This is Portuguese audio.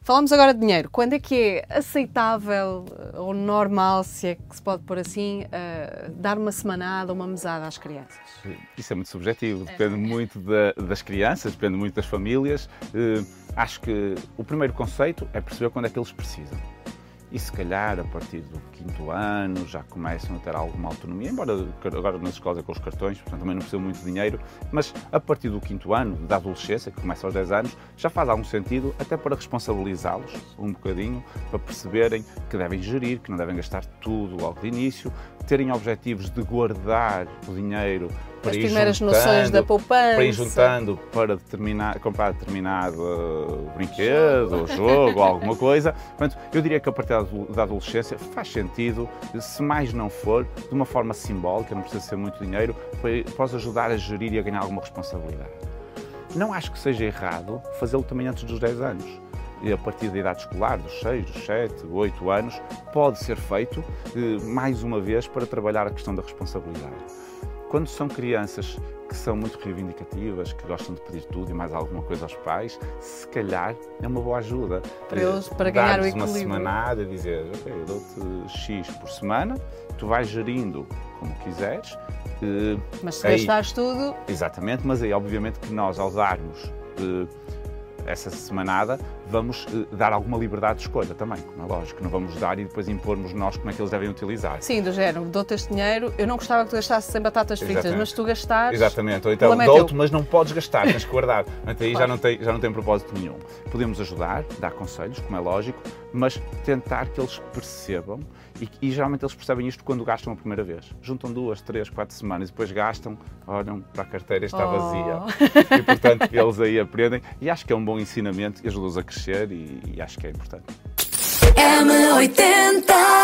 Falamos agora de dinheiro. Quando é que é aceitável ou normal, se é que se pode pôr assim, dar uma semanada ou uma mesada às crianças? Isso é muito subjetivo, depende muito das crianças, depende muito das famílias. Acho que o primeiro conceito é perceber quando é que eles precisam. E se calhar a partir do 5º ano já começam a ter alguma autonomia, embora agora nas escolas é com os cartões, portanto também não precisam muito de dinheiro, mas a partir do 5º ano, da adolescência, que começa aos 10 anos, já faz algum sentido até para responsabilizá-los um bocadinho, para perceberem que devem gerir, que não devem gastar tudo logo de início, terem objetivos de guardar o dinheiro para as primeiras noções da poupança, para ir juntando para comprar determinado brinquedo, jogo, alguma coisa. Portanto, eu diria que a partir da adolescência faz sentido, se mais não for, de uma forma simbólica, não precisa ser muito dinheiro, para os ajudar a gerir e a ganhar alguma responsabilidade. Não acho que seja errado fazê-lo também antes dos 10 anos. E a partir da idade escolar, dos 6, dos 7, 8 anos, pode ser feito, mais uma vez, para trabalhar a questão da responsabilidade. Quando são crianças que são muito reivindicativas, que gostam de pedir tudo e mais alguma coisa aos pais, se calhar é uma boa ajuda. Para eles, para ganhar o equilíbrio. Uma semanada, dizer, ok, eu dou-te X por semana, tu vais gerindo como quiseres. Mas se gastares tudo... Exatamente, mas aí obviamente que nós, ao darmos essa semanada, vamos dar alguma liberdade de escolha também, como é lógico, não vamos dar e depois impormos nós como é que eles devem utilizar. Sim, do género, dou-te este dinheiro, eu não gostava que tu gastasses em batatas fritas, mas tu gastares... Exatamente, ou então dou-te, mas não podes gastar, tens que guardar. Portanto, aí claro. já não tem propósito nenhum. Podemos ajudar, dar conselhos, como é lógico, mas tentar que eles percebam, e geralmente eles percebem isto quando gastam a primeira vez. Juntam 2, 3, 4 semanas e depois gastam, olham para a carteira e está vazia. E portanto eles aí aprendem, e acho que é um bom ensinamento e ajuda-os a crescer e acho que é importante. M80